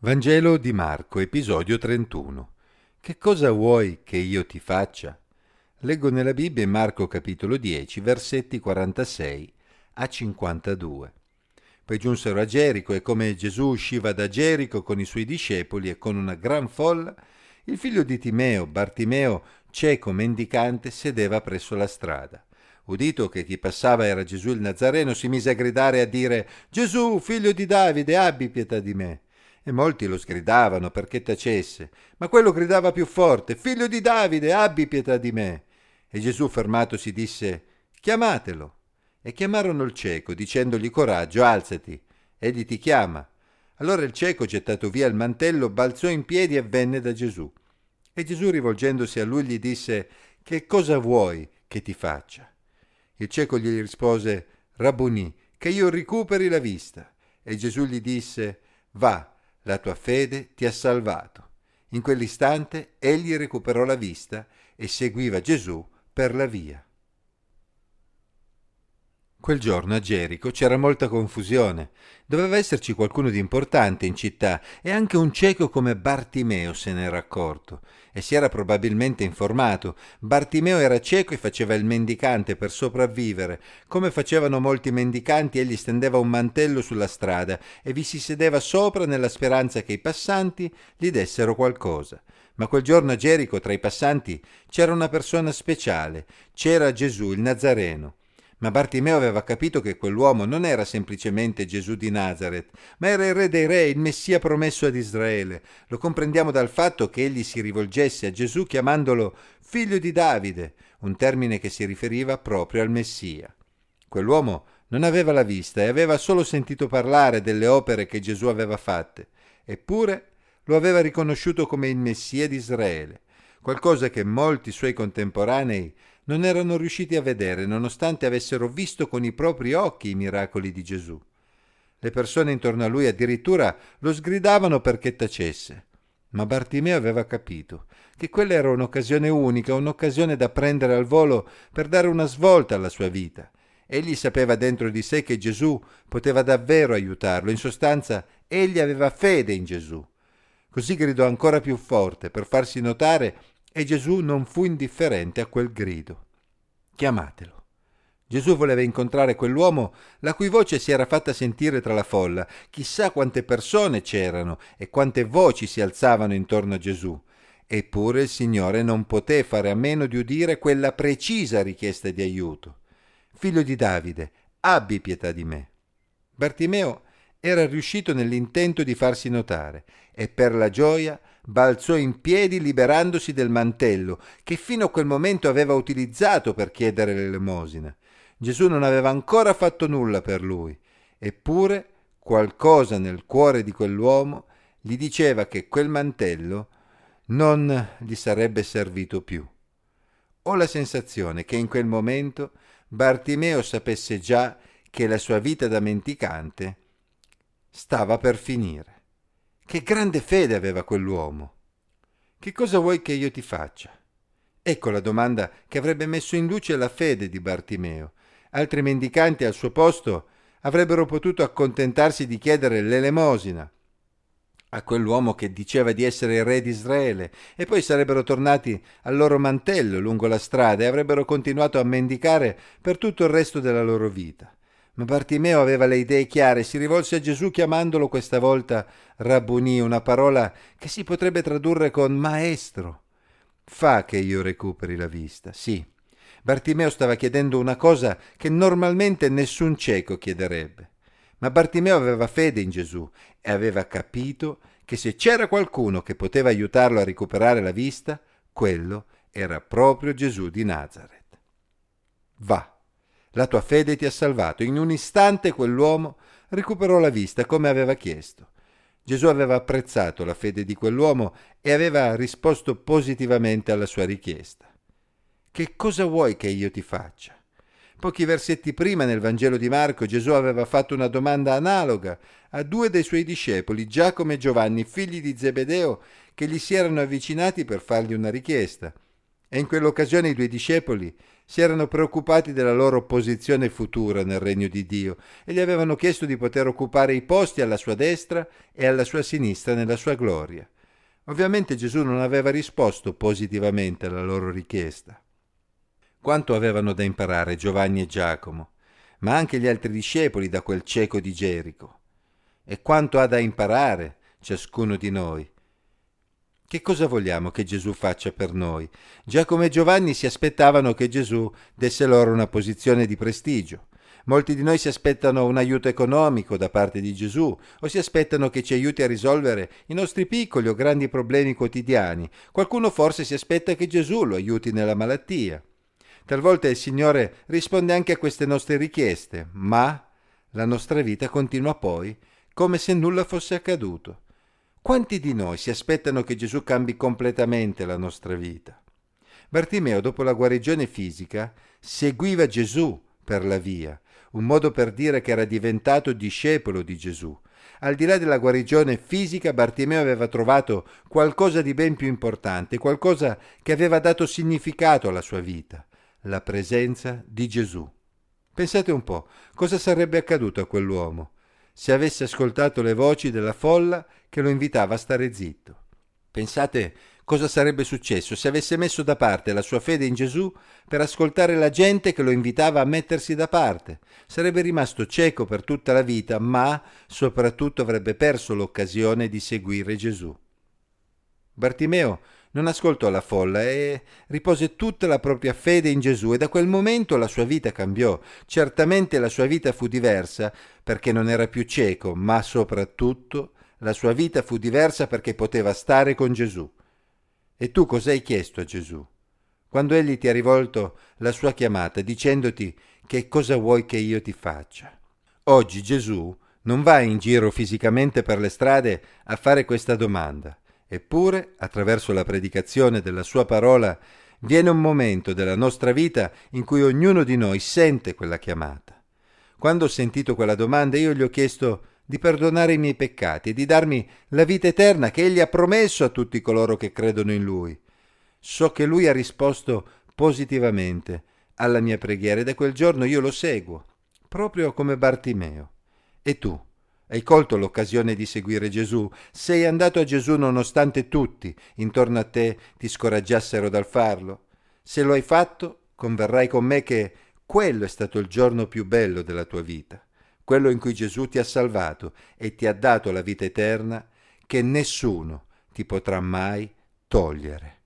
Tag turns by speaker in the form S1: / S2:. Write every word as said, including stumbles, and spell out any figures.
S1: Vangelo di Marco, episodio trentuno. Che cosa vuoi che io ti faccia? Leggo nella Bibbia in Marco capitolo dieci, versetti quarantasei a cinquantadue. Poi giunsero a Gerico e come Gesù usciva da Gerico con i suoi discepoli e con una gran folla, il figlio di Timeo, Bartimeo, cieco mendicante, sedeva presso la strada. Udito che chi passava era Gesù il Nazareno, si mise a gridare e a dire: «Gesù, figlio di Davide, abbi pietà di me!» E molti lo sgridavano perché tacesse, ma quello gridava più forte: «Figlio di Davide, abbi pietà di me!» E Gesù, fermatosi, disse: «Chiamatelo!» E chiamarono il cieco, dicendogli: «Coraggio, alzati, egli ti chiama». Allora il cieco, gettato via il mantello, balzò in piedi e venne da Gesù. E Gesù, rivolgendosi a lui, gli disse: «Che cosa vuoi che ti faccia?» Il cieco gli rispose: «Rabbunì, che io recuperi la vista». E Gesù gli disse: «Va, la tua fede ti ha salvato». In quell'istante egli recuperò la vista e seguiva Gesù per la via. Quel giorno a Gerico c'era molta confusione. Doveva esserci qualcuno di importante in città e anche un cieco come Bartimeo se n'era accorto e si era probabilmente informato. Bartimeo era cieco e faceva il mendicante per sopravvivere. Come facevano molti mendicanti, egli stendeva un mantello sulla strada e vi si sedeva sopra nella speranza che i passanti gli dessero qualcosa. Ma quel giorno a Gerico tra i passanti c'era una persona speciale, c'era Gesù il Nazareno. Ma Bartimeo aveva capito che quell'uomo non era semplicemente Gesù di Nazaret, ma era il re dei re, il Messia promesso ad Israele. Lo comprendiamo dal fatto che egli si rivolgesse a Gesù chiamandolo figlio di Davide, un termine che si riferiva proprio al Messia. Quell'uomo non aveva la vista e aveva solo sentito parlare delle opere che Gesù aveva fatte, eppure lo aveva riconosciuto come il Messia di Israele, qualcosa che molti suoi contemporanei non erano riusciti a vedere, nonostante avessero visto con i propri occhi i miracoli di Gesù. Le persone intorno a lui addirittura lo sgridavano perché tacesse. Ma Bartimeo aveva capito che quella era un'occasione unica, un'occasione da prendere al volo per dare una svolta alla sua vita. Egli sapeva dentro di sé che Gesù poteva davvero aiutarlo, in sostanza egli aveva fede in Gesù. Così gridò ancora più forte per farsi notare e Gesù non fu indifferente a quel grido. «Chiamatelo». Gesù voleva incontrare quell'uomo la cui voce si era fatta sentire tra la folla. Chissà quante persone c'erano e quante voci si alzavano intorno a Gesù. Eppure il Signore non poté fare a meno di udire quella precisa richiesta di aiuto. «Figlio di Davide, abbi pietà di me». Bartimeo era riuscito nell'intento di farsi notare e per la gioia balzò in piedi liberandosi del mantello che fino a quel momento aveva utilizzato per chiedere l'elemosina. Gesù non aveva ancora fatto nulla per lui, eppure qualcosa nel cuore di quell'uomo gli diceva che quel mantello non gli sarebbe servito più. Ho la sensazione che in quel momento Bartimeo sapesse già che la sua vita da mendicante stava per finire. Che grande fede aveva quell'uomo! «Che cosa vuoi che io ti faccia?» Ecco la domanda che avrebbe messo in luce la fede di Bartimeo. Altri mendicanti al suo posto avrebbero potuto accontentarsi di chiedere l'elemosina a quell'uomo che diceva di essere il re di Israele e poi sarebbero tornati al loro mantello lungo la strada e avrebbero continuato a mendicare per tutto il resto della loro vita. Ma Bartimeo aveva le idee chiare e si rivolse a Gesù chiamandolo questa volta Rabbunì, una parola che si potrebbe tradurre con maestro. «Fa che io recuperi la vista». Sì, Bartimeo stava chiedendo una cosa che normalmente nessun cieco chiederebbe. Ma Bartimeo aveva fede in Gesù e aveva capito che se c'era qualcuno che poteva aiutarlo a recuperare la vista, quello era proprio Gesù di Nazaret. «Va, la tua fede ti ha salvato». In un istante quell'uomo recuperò la vista come aveva chiesto. Gesù aveva apprezzato la fede di quell'uomo e aveva risposto positivamente alla sua richiesta. «Che cosa vuoi che io ti faccia?» Pochi versetti prima nel Vangelo di Marco Gesù aveva fatto una domanda analoga a due dei suoi discepoli, Giacomo e Giovanni, figli di Zebedeo, che gli si erano avvicinati per fargli una richiesta. E in quell'occasione i due discepoli Si erano preoccupati della loro posizione futura nel regno di Dio e gli avevano chiesto di poter occupare i posti alla sua destra e alla sua sinistra nella sua gloria. Ovviamente Gesù non aveva risposto positivamente alla loro richiesta. Quanto avevano da imparare Giovanni e Giacomo, ma anche gli altri discepoli da quel cieco di Gerico. E quanto ha da imparare ciascuno di noi. Che cosa vogliamo che Gesù faccia per noi? Giacomo e Giovanni si aspettavano che Gesù desse loro una posizione di prestigio. Molti di noi si aspettano un aiuto economico da parte di Gesù o si aspettano che ci aiuti a risolvere i nostri piccoli o grandi problemi quotidiani. Qualcuno forse si aspetta che Gesù lo aiuti nella malattia. Talvolta il Signore risponde anche a queste nostre richieste, ma la nostra vita continua poi come se nulla fosse accaduto. Quanti di noi si aspettano che Gesù cambi completamente la nostra vita? Bartimeo, dopo la guarigione fisica, seguiva Gesù per la via, un modo per dire che era diventato discepolo di Gesù. Al di là della guarigione fisica, Bartimeo aveva trovato qualcosa di ben più importante, qualcosa che aveva dato significato alla sua vita, la presenza di Gesù. Pensate un po', cosa sarebbe accaduto a quell'uomo se avesse ascoltato le voci della folla che lo invitava a stare zitto? Pensate cosa sarebbe successo se avesse messo da parte la sua fede in Gesù per ascoltare la gente che lo invitava a mettersi da parte. Sarebbe rimasto cieco per tutta la vita, ma soprattutto avrebbe perso l'occasione di seguire Gesù. Bartimeo non ascoltò la folla e ripose tutta la propria fede in Gesù e da quel momento la sua vita cambiò. Certamente la sua vita fu diversa perché non era più cieco, ma soprattutto la sua vita fu diversa perché poteva stare con Gesù. E tu cosa hai chiesto a Gesù? Quando Egli ti ha rivolto la sua chiamata dicendoti che cosa vuoi che io ti faccia? Oggi Gesù non va in giro fisicamente per le strade a fare questa domanda. Eppure, attraverso la predicazione della sua parola, viene un momento della nostra vita in cui ognuno di noi sente quella chiamata. Quando ho sentito quella domanda, io gli ho chiesto di perdonare i miei peccati e di darmi la vita eterna che Egli ha promesso a tutti coloro che credono in Lui. So che Lui ha risposto positivamente alla mia preghiera e da quel giorno io lo seguo, proprio come Bartimeo. E tu? Hai colto l'occasione di seguire Gesù? Sei andato a Gesù nonostante tutti intorno a te ti scoraggiassero dal farlo? Se lo hai fatto, converrai con me che quello è stato il giorno più bello della tua vita, quello in cui Gesù ti ha salvato e ti ha dato la vita eterna che nessuno ti potrà mai togliere.